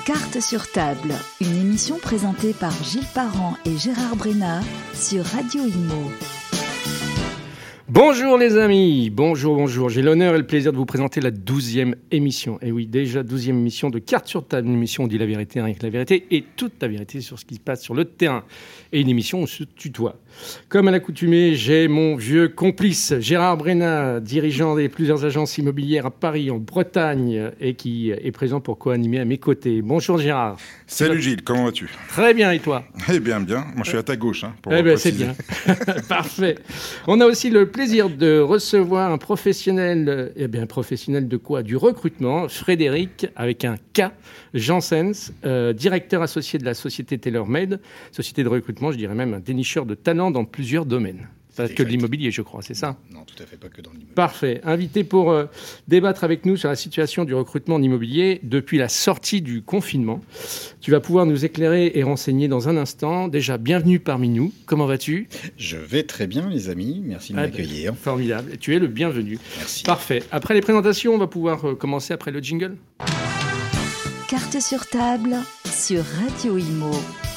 Cartes sur table, une émission présentée par Gilles Parent et Gérard Brenna sur Radio Imo. Bonjour les amis, bonjour. J'ai l'honneur et le plaisir de vous présenter la 12e émission. Et oui, déjà 12e émission de Cartes sur table, une émission où on dit la vérité, rien que la vérité, et toute la vérité sur ce qui se passe sur le terrain. Et une émission où on se tutoie. Comme à l'accoutumée, j'ai mon vieux complice, Gérard Brenna, dirigeant des plusieurs agences immobilières à Paris, en Bretagne, et qui est présent pour co-animer à mes côtés. Bonjour Gérard. Salut Gilles, comment vas-tu ? Très bien, et toi ? Eh bien. Moi, je suis à ta gauche. C'est bien. Parfait. On a aussi le plaisir de recevoir un professionnel. Professionnel de quoi ? Du recrutement, Frédéric, avec un K, Janssens, directeur associé de la société TaylorMade, société de recrutement, je dirais même un dénicheur de talents dans plusieurs domaines. Pas que de l'immobilier, je crois, c'est ça ? Non, tout à fait, pas que dans l'immobilier. Parfait. Invité pour débattre avec nous sur la situation du recrutement en immobilier depuis la sortie du confinement. Tu vas pouvoir nous éclairer et renseigner dans un instant. Déjà, bienvenue parmi nous. Comment vas-tu ? Je vais très bien, les amis. Merci de m'accueillir. Formidable. Tu es le bienvenu. Merci. Parfait. Après les présentations, on va pouvoir commencer après le jingle. Cartes sur table sur Radio Imo.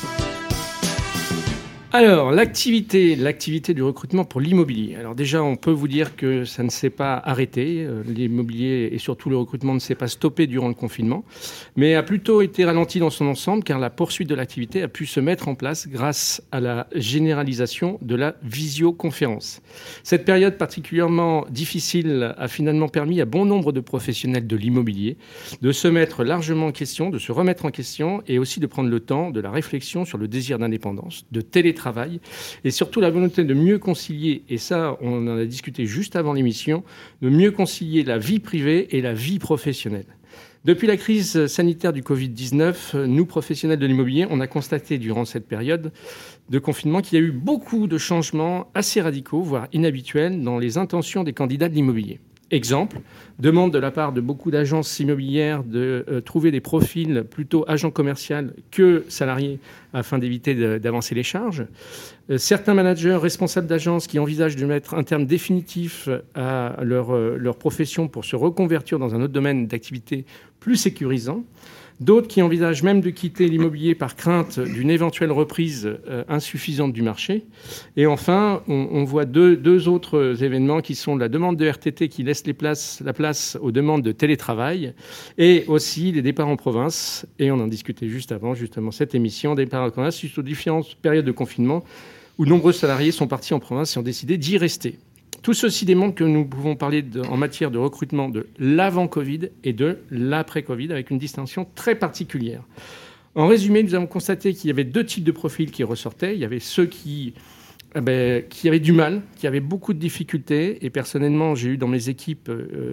Alors, l'activité du recrutement pour l'immobilier. Alors déjà, on peut vous dire que ça ne s'est pas arrêté. L'immobilier et surtout le recrutement ne s'est pas stoppé durant le confinement, mais a plutôt été ralenti dans son ensemble car la poursuite de l'activité a pu se mettre en place grâce à la généralisation de la visioconférence. Cette période particulièrement difficile a finalement permis à bon nombre de professionnels de l'immobilier de se mettre largement en question, de se remettre en question et aussi de prendre le temps de la réflexion sur le désir d'indépendance, de télétravail, et surtout la volonté de mieux concilier, et ça on en a discuté juste avant l'émission, de mieux concilier la vie privée et la vie professionnelle. Depuis la crise sanitaire du Covid-19, nous professionnels de l'immobilier, on a constaté durant cette période de confinement qu'il y a eu beaucoup de changements assez radicaux, voire inhabituels, dans les intentions des candidats de l'immobilier. Exemple, demande de la part de beaucoup d'agences immobilières de trouver des profils plutôt agents commerciaux que salariés afin d'éviter d'avancer les charges. Certains managers responsables d'agences qui envisagent de mettre un terme définitif à leur profession pour se reconvertir dans un autre domaine d'activité plus sécurisant. D'autres qui envisagent même de quitter l'immobilier par crainte d'une éventuelle reprise insuffisante du marché. Et enfin, on voit deux autres événements qui sont la demande de RTT qui laisse la place aux demandes de télétravail et aussi les départs en province. Et on en discutait juste avant, justement, cette émission, départs en province, suite aux différentes périodes de confinement où de nombreux salariés sont partis en province et ont décidé d'y rester. Tout ceci démontre que nous pouvons parler en matière de recrutement de l'avant-Covid et de l'après-Covid avec une distinction très particulière. En résumé, nous avons constaté qu'il y avait deux types de profils qui ressortaient. Il y avait ceux qui avaient du mal, qui avaient beaucoup de difficultés. Et personnellement, j'ai eu dans mes équipes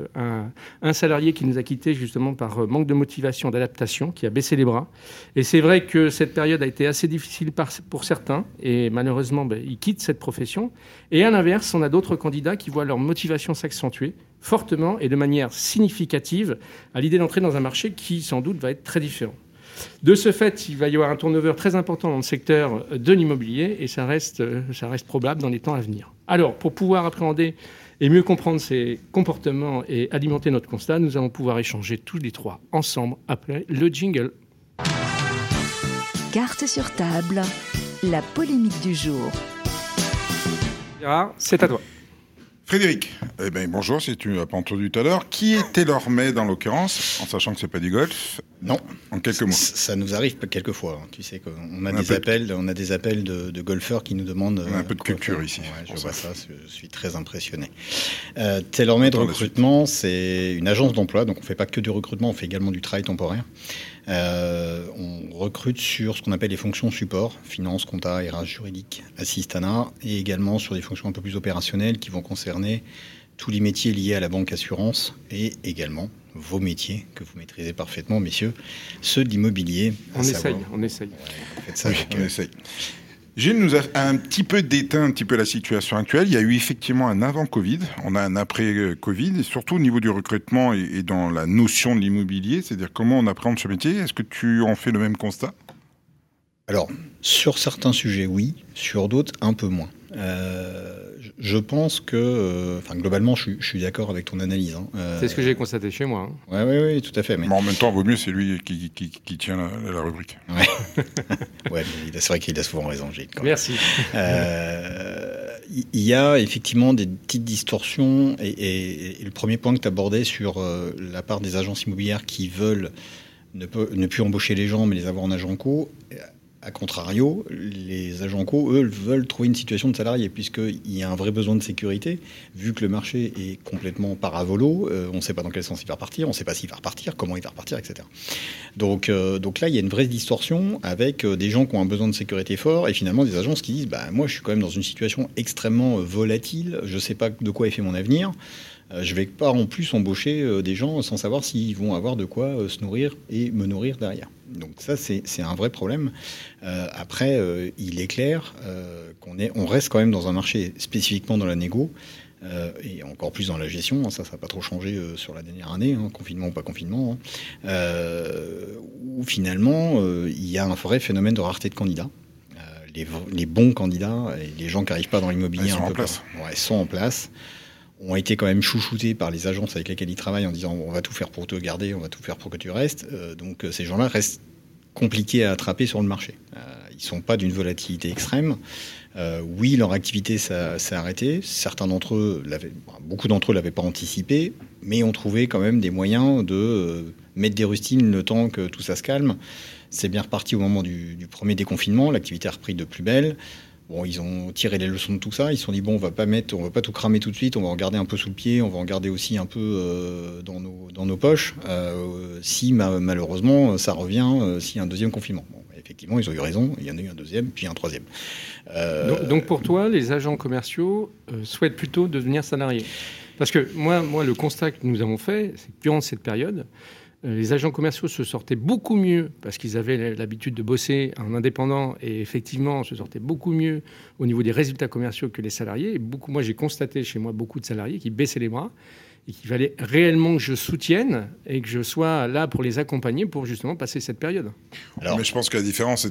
un salarié qui nous a quittés justement par manque de motivation, d'adaptation, qui a baissé les bras. Et c'est vrai que cette période a été assez difficile pour certains. Et malheureusement, ils quittent cette profession. Et à l'inverse, on a d'autres candidats qui voient leur motivation s'accentuer fortement et de manière significative à l'idée d'entrer dans un marché qui, sans doute, va être très différent. De ce fait, il va y avoir un turnover très important dans le secteur de l'immobilier et ça reste probable dans les temps à venir. Alors, pour pouvoir appréhender et mieux comprendre ces comportements et alimenter notre constat, nous allons pouvoir échanger tous les trois ensemble après le jingle. Cartes sur table, la polémique du jour. Gérard, c'est à toi. Frédéric, bonjour, si tu ne l'as pas entendu tout à l'heure. Qui est TaylorMade en l'occurrence, en sachant que ce n'est pas du golf ? Non. En quelques mots. Ça nous arrive quelques fois. Tu sais qu'on a des appels de golfeurs qui nous demandent... On a un peu de culture ici. Ouais, je vois ça, je suis très impressionné. TaylorMade Recrutement, c'est une agence d'emploi, donc on ne fait pas que du recrutement, on fait également du travail temporaire. On recrute sur ce qu'on appelle les fonctions support, finance, compta, RH, juridique, assistanat, et également sur des fonctions un peu plus opérationnelles qui vont concerner tous les métiers liés à la banque assurance et également vos métiers que vous maîtrisez parfaitement, messieurs, ceux de l'immobilier. On essaye. Ouais, faites ça on essaye. Gilles nous a un petit peu déteint la situation actuelle. Il y a eu effectivement un avant-Covid, on a un après-Covid, et surtout au niveau du recrutement et dans la notion de l'immobilier, c'est-à-dire comment on appréhende ce métier. Est-ce que tu en fais le même constat ? Alors, sur certains sujets, oui. Sur d'autres, un peu moins. Je pense que, globalement, je suis d'accord avec ton analyse. C'est ce que j'ai constaté chez moi. Oui, tout à fait. Mais en même temps, vaut mieux, c'est lui qui tient la rubrique. Ouais. Ouais, c'est vrai qu'il a souvent raison, Gilles. Merci. Il y a effectivement des petites distorsions et le premier point que tu abordais sur la part des agences immobilières qui veulent ne plus embaucher les gens mais les avoir en agent co. A contrario, les agents co, eux, veulent trouver une situation de salarié, puisqu'il y a un vrai besoin de sécurité, vu que le marché est complètement paravolo, on ne sait pas dans quel sens il va repartir, on ne sait pas s'il va repartir, comment il va repartir, etc. Donc là, il y a une vraie distorsion avec des gens qui ont un besoin de sécurité fort, et finalement des agences qui disent moi, je suis quand même dans une situation extrêmement volatile, je ne sais pas de quoi est fait mon avenir. Je ne vais pas en plus embaucher des gens sans savoir s'ils vont avoir de quoi se nourrir et me nourrir derrière. Donc ça, c'est un vrai problème. Après, il est clair qu'on reste quand même dans un marché spécifiquement dans la négo, et encore plus dans la gestion. Ça n'a pas trop changé sur la dernière année, confinement ou pas confinement, où finalement, il y a un vrai phénomène de rareté de candidats. Les bons candidats et les gens qui n'arrivent pas dans l'immobilier sont en place. Ont été quand même chouchoutés par les agences avec lesquelles ils travaillent en disant on va tout faire pour te garder, on va tout faire pour que tu restes. Donc ces gens-là restent compliqués à attraper sur le marché. Ils ne sont pas d'une volatilité extrême. Oui, leur activité s'est arrêtée. Beaucoup d'entre eux l'avaient pas anticipé, mais ont trouvé quand même des moyens de mettre des rustines le temps que tout ça se calme. C'est bien reparti au moment du premier déconfinement. L'activité a repris de plus belle. Bon, ils ont tiré les leçons de tout ça. Ils se sont dit on va pas tout cramer tout de suite. On va en garder un peu sous le pied. On va en garder aussi un peu dans nos poches. Si malheureusement ça revient, s'il y a un deuxième confinement. Bon, effectivement, ils ont eu raison. Il y en a eu un deuxième, puis un troisième. Donc pour toi, les agents commerciaux souhaitent plutôt devenir salariés. Parce que moi, le constat que nous avons fait, c'est que durant cette période, les agents commerciaux se sortaient beaucoup mieux parce qu'ils avaient l'habitude de bosser en indépendant et effectivement se sortaient beaucoup mieux au niveau des résultats commerciaux que les salariés. Et moi, j'ai constaté chez moi beaucoup de salariés qui baissaient les bras et qu'il fallait réellement que je soutienne et que je sois là pour les accompagner pour justement passer cette période. Mais je pense que la différence,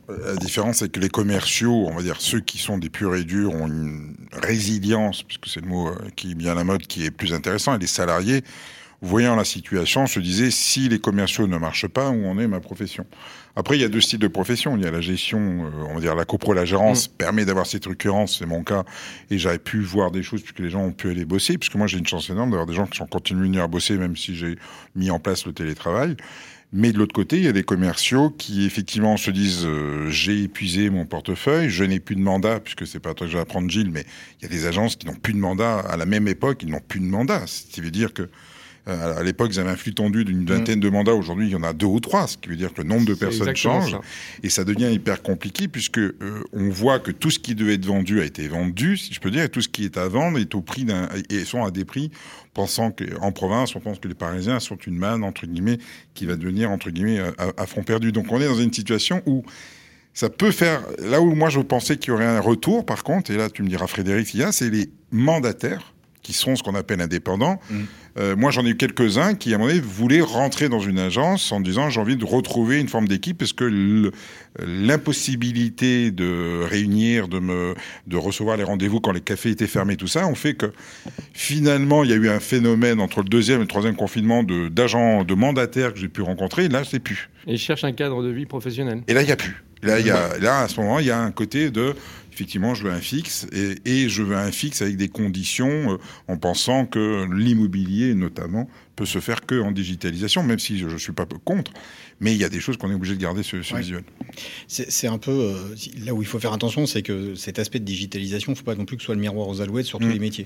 c'est que les commerciaux, on va dire ceux qui sont des purs et durs, ont une résilience, puisque c'est le mot qui est bien à la mode, qui est plus intéressant, et les salariés, voyant la situation, se disaient si les commerciaux ne marchent pas, où en est ma profession? Après, il y a deux styles de profession. Il y a la gestion, on va dire la copro, la gérance permet d'avoir cette récurrence, c'est mon cas, et j'aurais pu voir des choses puisque les gens ont pu aller bosser, puisque moi j'ai une chance énorme d'avoir des gens qui sont continués à venir bosser même si j'ai mis en place le télétravail. Mais de l'autre côté, il y a des commerciaux qui effectivement se disent j'ai épuisé mon portefeuille, je n'ai plus de mandat, puisque c'est pas toi que je vais apprendre, Gilles, mais il y a des agences qui n'ont plus de mandat. À la même époque, ils n'ont plus de mandat. Ce qui veut dire que à l'époque, ils avaient un flux tendu d'une vingtaine de mandats. Aujourd'hui, il y en a 2 ou 3, ce qui veut dire que le nombre de personnes change. Et ça devient hyper compliqué puisque on voit que tout ce qui devait être vendu a été vendu, si je peux dire, et tout ce qui est à vendre est au prix et sont à des prix, pensant qu'en province, on pense que les Parisiens sont une manne, entre guillemets, qui va devenir, entre guillemets, à fond perdu. Donc on est dans une situation où ça peut faire... Là où moi, je pensais qu'il y aurait un retour, par contre, et là, tu me diras, Frédéric, c'est les mandataires qui sont ce qu'on appelle indépendants. Moi, j'en ai eu quelques-uns qui, à un moment donné, voulaient rentrer dans une agence en disant j'ai envie de retrouver une forme d'équipe parce que l'impossibilité de réunir, de recevoir les rendez-vous quand les cafés étaient fermés, tout ça, ont fait que finalement, il y a eu un phénomène entre le deuxième et le troisième confinement d'agents, de mandataires que j'ai pu rencontrer. Et là, je sais plus. Et ils cherchent un cadre de vie professionnel. Et là, il n'y a plus. Là, à ce moment, il y a un côté de... Effectivement, je veux un fixe et je veux un fixe avec des conditions en pensant que l'immobilier, notamment, peut se faire que en digitalisation, même si je ne suis pas contre. Mais il y a des choses qu'on est obligé de garder ce visuel. C'est un peu... là où il faut faire attention, c'est que cet aspect de digitalisation, il ne faut pas non plus que ce soit le miroir aux alouettes sur tous les métiers.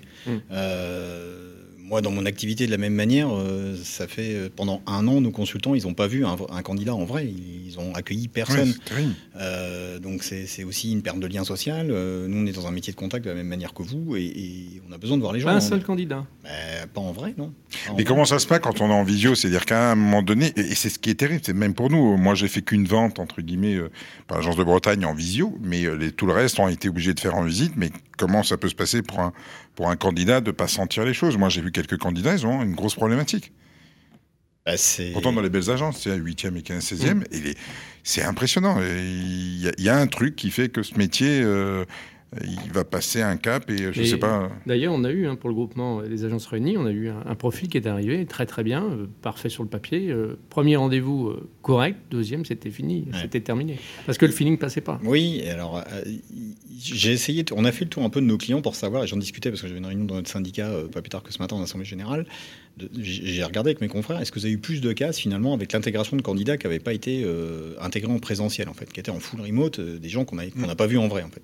Moi, dans mon activité, de la même manière, ça fait pendant 1 an, nos consultants, ils n'ont pas vu un candidat en vrai. Ils ont accueilli personne. Donc, c'est aussi une perte de lien social. Nous, on est dans un métier de contact de la même manière que vous et on a besoin de voir les gens. Pas un seul candidat. Pas en vrai, non. Et comment ça se passe quand on est en visio? C'est-à-dire qu'à un moment donné, et c'est ce qui est terrible, c'est même pour nous. Moi, j'ai fait qu'une vente, entre guillemets, par l'Agence de Bretagne en visio, mais tout le reste ont été obligés de faire en visite. Mais comment ça peut se passer pour un candidat de ne pas sentir les choses? Moi, j'ai vu quelques candidats, ils ont une grosse problématique. Pourtant, dans les belles agences, c'est à 8e et 15e, 16e, et c'est impressionnant. Il y a un truc qui fait que ce métier il va passer un cap et je ne sais pas. D'ailleurs, on a eu, pour le groupement des agences réunies, on a eu un profil qui est arrivé très très bien, parfait sur le papier. Premier rendez-vous correct, deuxième, c'était fini, c'était terminé. Parce que le feeling ne passait pas. Oui, alors j'ai essayé, on a fait le tour un peu de nos clients pour savoir, et j'en discutais parce que j'avais une réunion dans notre syndicat pas plus tard que ce matin en Assemblée Générale. J'ai regardé avec mes confrères, est-ce que vous avez eu plus de cases finalement avec l'intégration de candidats qui n'avaient pas été intégrés en présentiel en fait, qui étaient en full remote, des gens qu'on n'a pas vus en vrai en fait.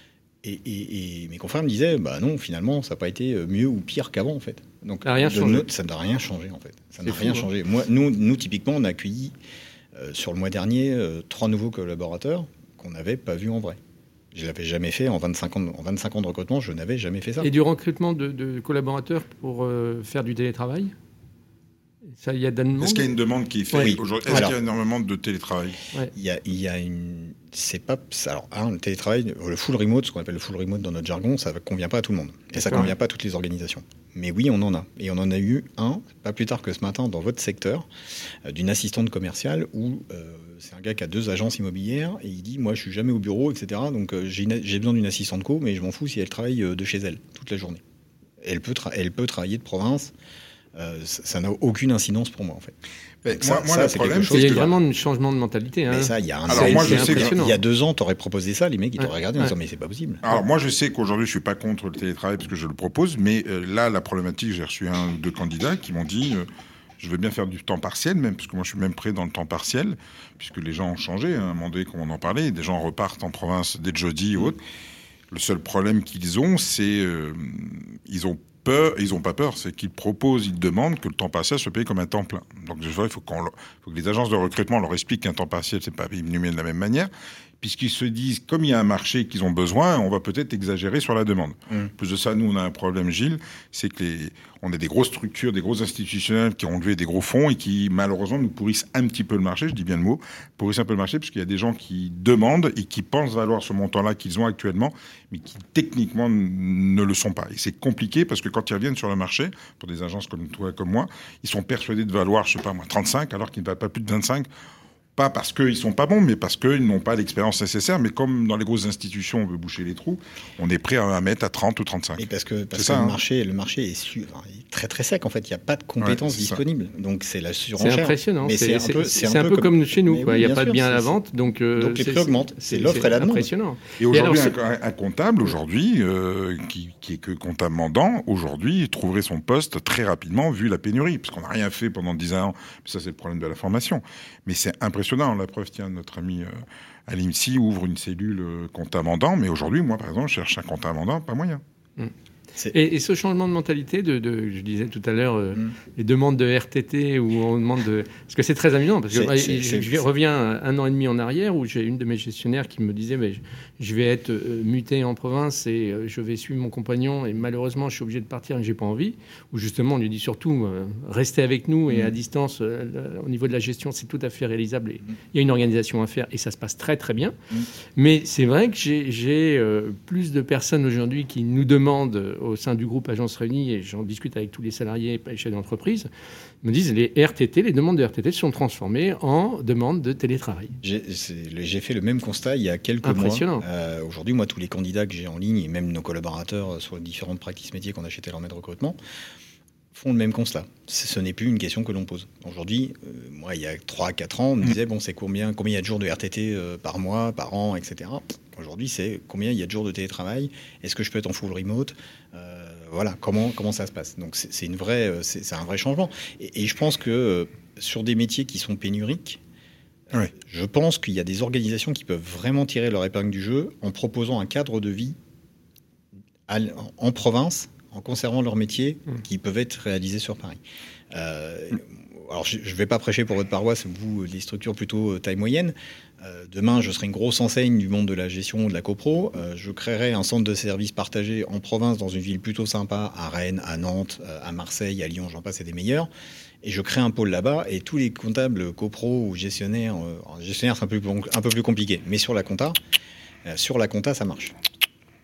Et mes confrères me disaient, non, finalement, ça n'a pas été mieux ou pire qu'avant, en fait. Donc, ça n'a rien changé. Ça n'a rien changé, en fait. Ça n'a rien changé. Moi, nous, typiquement, on a accueilli, sur le mois dernier, 3 nouveaux collaborateurs qu'on n'avait pas vus en vrai. Je ne l'avais jamais fait en 25 ans de recrutement, je n'avais jamais fait ça. Et du recrutement de collaborateurs pour faire du télétravail ? Ça, il y a demande. Est-ce qu'il y a une demande qui est faite aujourd'hui ? Est-ce qu'il y a énormément de télétravail ? Il y a une. C'est pas. Alors, le télétravail, le full remote, ce qu'on appelle le full remote dans notre jargon, ça ne convient pas à tout le monde. Et ça ne convient pas à toutes les organisations. Mais oui, on en a. Et on en a eu pas plus tard que ce matin, dans votre secteur, d'une assistante commerciale où c'est un gars qui a 2 agences immobilières et il dit, moi, je suis jamais au bureau, etc. Donc, j'ai besoin d'une assistante co, mais je m'en fous si elle travaille de chez elle toute la journée. Elle peut travailler de province. Ça n'a aucune incidence pour moi en fait. Moi, le problème, c'est qu'il y a vraiment un changement de mentalité. Mais ça, il y a je sais il y a 2 ans, tu aurais proposé ça, les mecs, ils t'auraient regardé en disant mais c'est pas possible. Alors moi, je sais qu'aujourd'hui, je suis pas contre le télétravail parce que je le propose, mais là, la problématique, j'ai reçu 1 ou 2 candidats qui m'ont dit je veux bien faire du temps partiel, même parce que moi, je suis même prêt dans le temps partiel, puisque les gens ont changé. À un moment donné, comme on en parlait, des gens repartent en province dès jeudi ou autre. Le seul problème qu'ils ont, c'est ils ont pas peur, c'est qu'ils proposent, ils demandent que le temps partiel soit payé comme un temps plein. Donc, il faut que les agences de recrutement leur expliquent qu'un temps partiel, c'est pas rémunéré de la même manière, puisqu'ils se disent, comme il y a un marché qu'ils ont besoin, on va peut-être exagérer sur la demande. Plus de ça, nous, on a un problème, Gilles, c'est que on a des grosses structures, des grosses institutionnels qui ont levé des gros fonds et qui, malheureusement, nous pourrissent un petit peu le marché, je dis bien le mot, pourrissent un peu le marché, puisqu'il y a des gens qui demandent et qui pensent valoir ce montant-là qu'ils ont actuellement, mais qui, techniquement, ne le sont pas. Et c'est compliqué parce que quand ils reviennent sur le marché, pour des agences comme toi et comme moi, ils sont persuadés de valoir, je sais pas moi, 35, alors qu'ils ne valent pas plus de 25. Pas parce qu'ils sont pas bons, mais parce qu'ils n'ont pas l'expérience nécessaire. Mais comme dans les grosses institutions, on veut boucher les trous, on est prêt à mettre à 30 ou 35. Et parce que le marché est très très sec. En fait, il n'y a pas de compétences disponibles. Donc c'est la surenchère. C'est impressionnant. Mais c'est un peu comme chez nous. Il n'y a pas de bien à la vente. Donc les prix augmentent. C'est l'offre et la demande. Impressionnant. Et aujourd'hui, un comptable, qui est que comptable mandant, aujourd'hui, trouverait son poste très rapidement vu la pénurie. Parce qu'on n'a rien fait pendant 10 ans. Ça, c'est le problème de la formation. Mais c'est impressionnant. La preuve, tiens, notre ami à l'IMSI ouvre une cellule comptable mandant, mais aujourd'hui, moi, par exemple, je cherche un comptable mandant, pas moyen. Et ce changement de mentalité, je disais tout à l'heure, les demandes de RTT, où on demande de... Parce que c'est très amusant, parce que je reviens 1 an et demi en arrière, où j'ai une de mes gestionnaires qui me disait mais je vais être muté en province et je vais suivre mon compagnon, et malheureusement, je suis obligé de partir et j'ai pas envie. Ou justement, on lui dit surtout, restez avec nous, et à distance, au niveau de la gestion, c'est tout à fait réalisable. Il y a une organisation à faire, et ça se passe très très bien. Mais c'est vrai que j'ai plus de personnes aujourd'hui qui nous demandent au sein du groupe Agences Réunies, et j'en discute avec tous les salariés et chefs d'entreprise, me disent les demandes de RTT se sont transformées en demandes de télétravail. J'ai fait le même constat il y a quelques mois. Aujourd'hui, moi, tous les candidats que j'ai en ligne, et même nos collaborateurs sur les différentes pratiques métiers qu'on a chez TaylorMade de recrutement, font le même constat. Ce n'est plus une question que l'on pose. Aujourd'hui, moi, il y a 3 à 4 ans, on me disait, c'est combien il y a de jours de RTT par mois, par an, etc. Aujourd'hui, c'est combien il y a de jours de télétravail, est-ce que je peux être en full remote, voilà, comment ça se passe. Donc, c'est un vrai changement. Et je pense que sur des métiers qui sont pénuriques, je pense qu'il y a des organisations qui peuvent vraiment tirer leur épingle du jeu en proposant un cadre de vie en province, en conservant leurs métiers qui peuvent être réalisés sur Paris. Alors, je ne vais pas prêcher pour votre paroisse, vous, des structures plutôt taille moyenne. Demain, je serai une grosse enseigne du monde de la gestion, de la copro. Je créerai un centre de services partagé en province, dans une ville plutôt sympa, à Rennes, à Nantes, à Marseille, à Lyon, j'en passe, et des meilleurs. Et je crée un pôle là-bas, et tous les comptables copro ou gestionnaires, c'est un peu plus compliqué. Mais sur la compta, ça marche.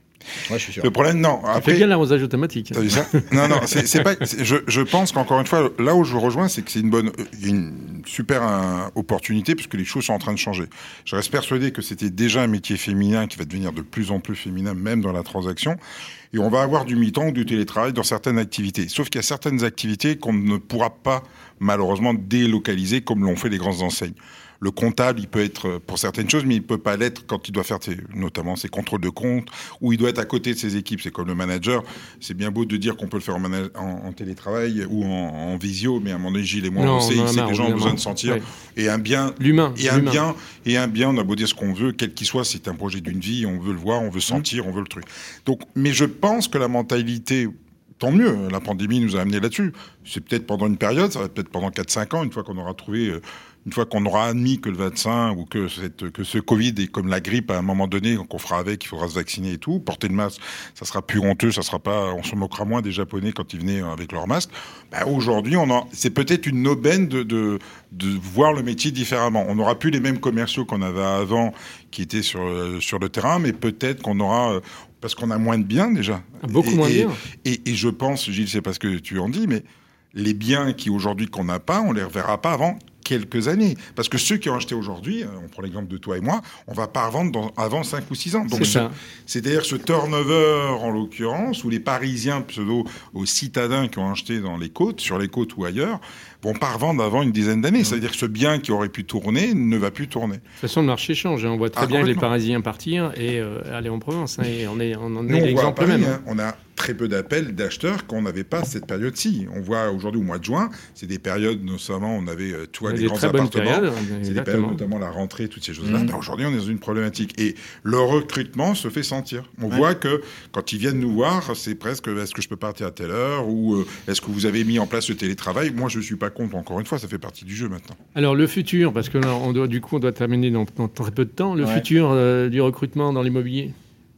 Ouais, je suis sûr. Le problème, non. Après, fait bien l'arrosage automatique. T'as vu ça? Non, c'est pas. Je pense qu'encore une fois, là où je vous rejoins, c'est que c'est une super opportunité puisque les choses sont en train de changer. Je reste persuadé que c'était déjà un métier féminin qui va devenir de plus en plus féminin, même dans la transaction. Et on va avoir du mi-temps ou du télétravail dans certaines activités. Sauf qu'il y a certaines activités qu'on ne pourra pas, malheureusement, délocaliser comme l'ont fait les grandes enseignes. Le comptable, il peut être pour certaines choses, mais il peut pas l'être quand il doit faire notamment ses contrôles de compte, ou il doit être à côté de ses équipes. C'est comme le manager. C'est bien beau de dire qu'on peut le faire en télétravail ou en visio, mais à mon avis, Gilles et moi, on sait que les gens ont besoin de sentir. Ouais. Et un bien, l'humain. Et un bien, on a beau dire ce qu'on veut, quel qu'il soit, c'est un projet d'une vie, on veut le voir, on veut sentir, on veut le truc. Donc, mais je pense que la mentalité, tant mieux, la pandémie nous a amené là-dessus. C'est peut-être pendant une période, ça va peut-être pendant 4-5 ans, une fois qu'on aura trouvé... Une fois qu'on aura admis que le vaccin ou que ce Covid est comme la grippe à un moment donné, qu'on fera avec, il faudra se vacciner et tout, porter le masque, ça sera plus honteux, ça sera pas, on se moquera moins des Japonais quand ils venaient avec leur masque. Ben, aujourd'hui, c'est peut-être une aubaine de voir le métier différemment. On n'aura plus les mêmes commerciaux qu'on avait avant, qui étaient sur le terrain, mais peut-être qu'on aura, parce qu'on a moins de biens déjà. Beaucoup moins de biens. Et je pense, Gilles, c'est pas ce que tu en dis, mais les biens aujourd'hui qu'on n'a pas, on les reverra pas avant quelques années. Parce que ceux qui ont acheté aujourd'hui, on prend l'exemple de toi et moi, on va pas revendre avant 5 ou 6 ans. Donc c'est-à-dire ce turnover, en l'occurrence, où les Parisiens aux citadins qui ont acheté sur les côtes ou ailleurs, vont pas revendre avant une dizaine d'années. C'est-à-dire que ce bien qui aurait pu tourner ne va plus tourner. De toute façon, le marché change. On voit très bien les Parisiens partir et aller en province. Et on en est l'exemple même. On a très peu d'appels d'acheteurs qu'on n'avait pas cette période-ci. On voit aujourd'hui au mois de juin, c'est des périodes, notamment, on avait les grands appartements. C'est des périodes, notamment la rentrée, toutes ces choses-là. Ben, aujourd'hui, on est dans une problématique. Et le recrutement se fait sentir. On voit que quand ils viennent nous voir, c'est presque est-ce que je peux partir à telle heure ou est-ce que vous avez mis en place le télétravail? Moi, je ne suis pas contre, encore une fois, ça fait partie du jeu maintenant. Alors, le futur, parce que là, on doit terminer dans très peu de temps, le futur du recrutement dans l'immobilier.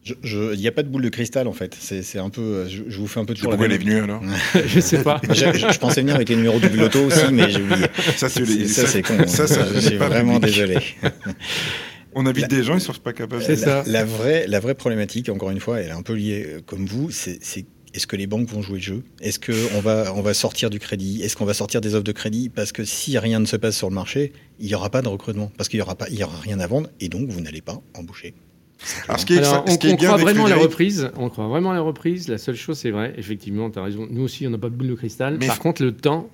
Il n'y a pas de boule de cristal en fait. C'est un peu. Je vous fais un peu de. Pourquoi elle est venue alors? Je sais pas. Je pensais venir avec les numéros du loto aussi, mais j'ai oublié. Ça c'est con. Je suis vraiment désolé. On invite des gens, ils ne sont pas capables. C'est ça. La vraie problématique, encore une fois, elle est un peu liée comme vous. C'est est-ce que les banques vont jouer le jeu? Est-ce qu'on va sortir du crédit? Est-ce qu'on va sortir des offres de crédit? Parce que si rien ne se passe sur le marché, il n'y aura pas de recrutement. Parce qu'il n'y aura rien à vendre et donc vous n'allez pas embaucher. Alors, on croit vraiment à la reprise. On croit vraiment à la reprise. La seule chose, c'est vrai, effectivement, tu as raison. Nous aussi, on n'a pas de boule de cristal. Par contre, le temps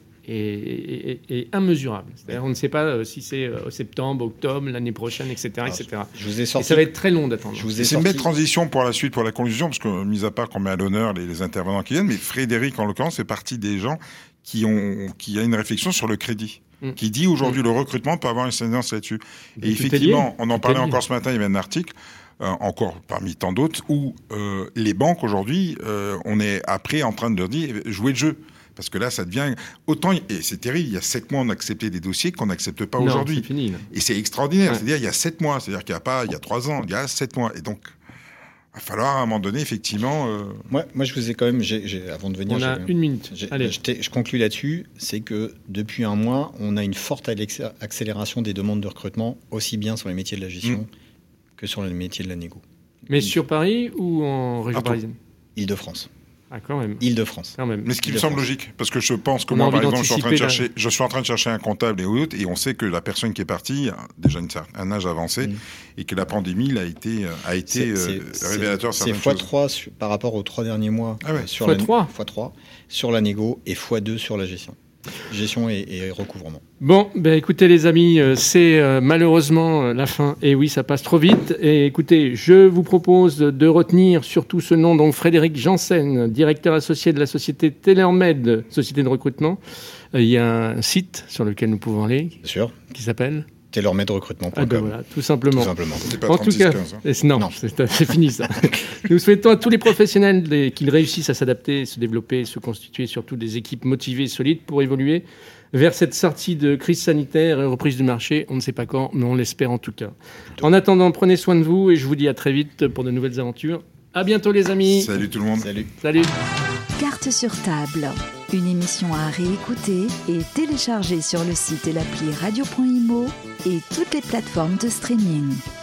est immesurable. C'est-à-dire, on ne sait pas si c'est septembre, octobre, l'année prochaine, etc. etc. Et ça va être très long d'attendre. C'est une belle transition pour la suite, pour la conclusion, parce que, mis à part qu'on met à l'honneur les intervenants qui viennent, mais Frédéric, en l'occurrence, fait partie des gens qui a une réflexion sur le crédit. Qui dit aujourd'hui le recrutement peut avoir une incidence là-dessus. Et effectivement, on en parlait encore ce matin, il y avait un article, encore parmi tant d'autres, où les banques aujourd'hui, on est après en train de leur dire jouez le jeu. Parce que là, ça devient autant, et c'est terrible, il y a 7 mois, on acceptait des dossiers qu'on n'accepte pas aujourd'hui. C'est fini, là. Et c'est extraordinaire. Ouais. C'est-à-dire, il y a 7 mois. C'est-à-dire qu'il n'y a pas, il y a 3 ans, il y a 7 mois. Et donc, il va falloir à un moment donné, effectivement. Moi, je vous ai quand même, avant de venir. On a une minute. Allez. Je conclue là-dessus. C'est que depuis un mois, on a une forte accélération des demandes de recrutement, aussi bien sur les métiers de la gestion que sur les métiers de la négo. Mais sur Paris ou en région parisienne? Île-de-France. Ah, quand même. Île-de-France. Quand même. Mais ce qui me semble logique, parce que je pense que moi, par exemple, je suis en train de chercher un comptable et on sait que la personne qui est partie a déjà un âge avancé et que la pandémie a été révélateur. C'est x3 par rapport aux 3 derniers mois. Ah ouais. x3 sur la négo et x2 sur la gestion. Gestion et recouvrement. Bon, écoutez les amis, c'est malheureusement la fin. Et oui, ça passe trop vite. Et écoutez, je vous propose de retenir surtout ce nom, donc Frédéric Janssen, directeur associé de la société TaylorMade, société de recrutement. Il y a un site sur lequel nous pouvons aller. Bien sûr. Qui s'appelle TaylorMadeRecrutement.com. Voilà, tout simplement. C'est pas 36-15. Non. C'est fini ça. Nous souhaitons à tous les professionnels qu'ils réussissent à s'adapter, se développer, se constituer surtout des équipes motivées et solides pour évoluer vers cette sortie de crise sanitaire et reprise du marché. On ne sait pas quand, mais on l'espère en tout cas. En attendant, prenez soin de vous et je vous dis à très vite pour de nouvelles aventures. À bientôt les amis. Salut tout le monde. Salut. Carte sur table, une émission à réécouter et télécharger sur le site et l'appli radio.imo et toutes les plateformes de streaming.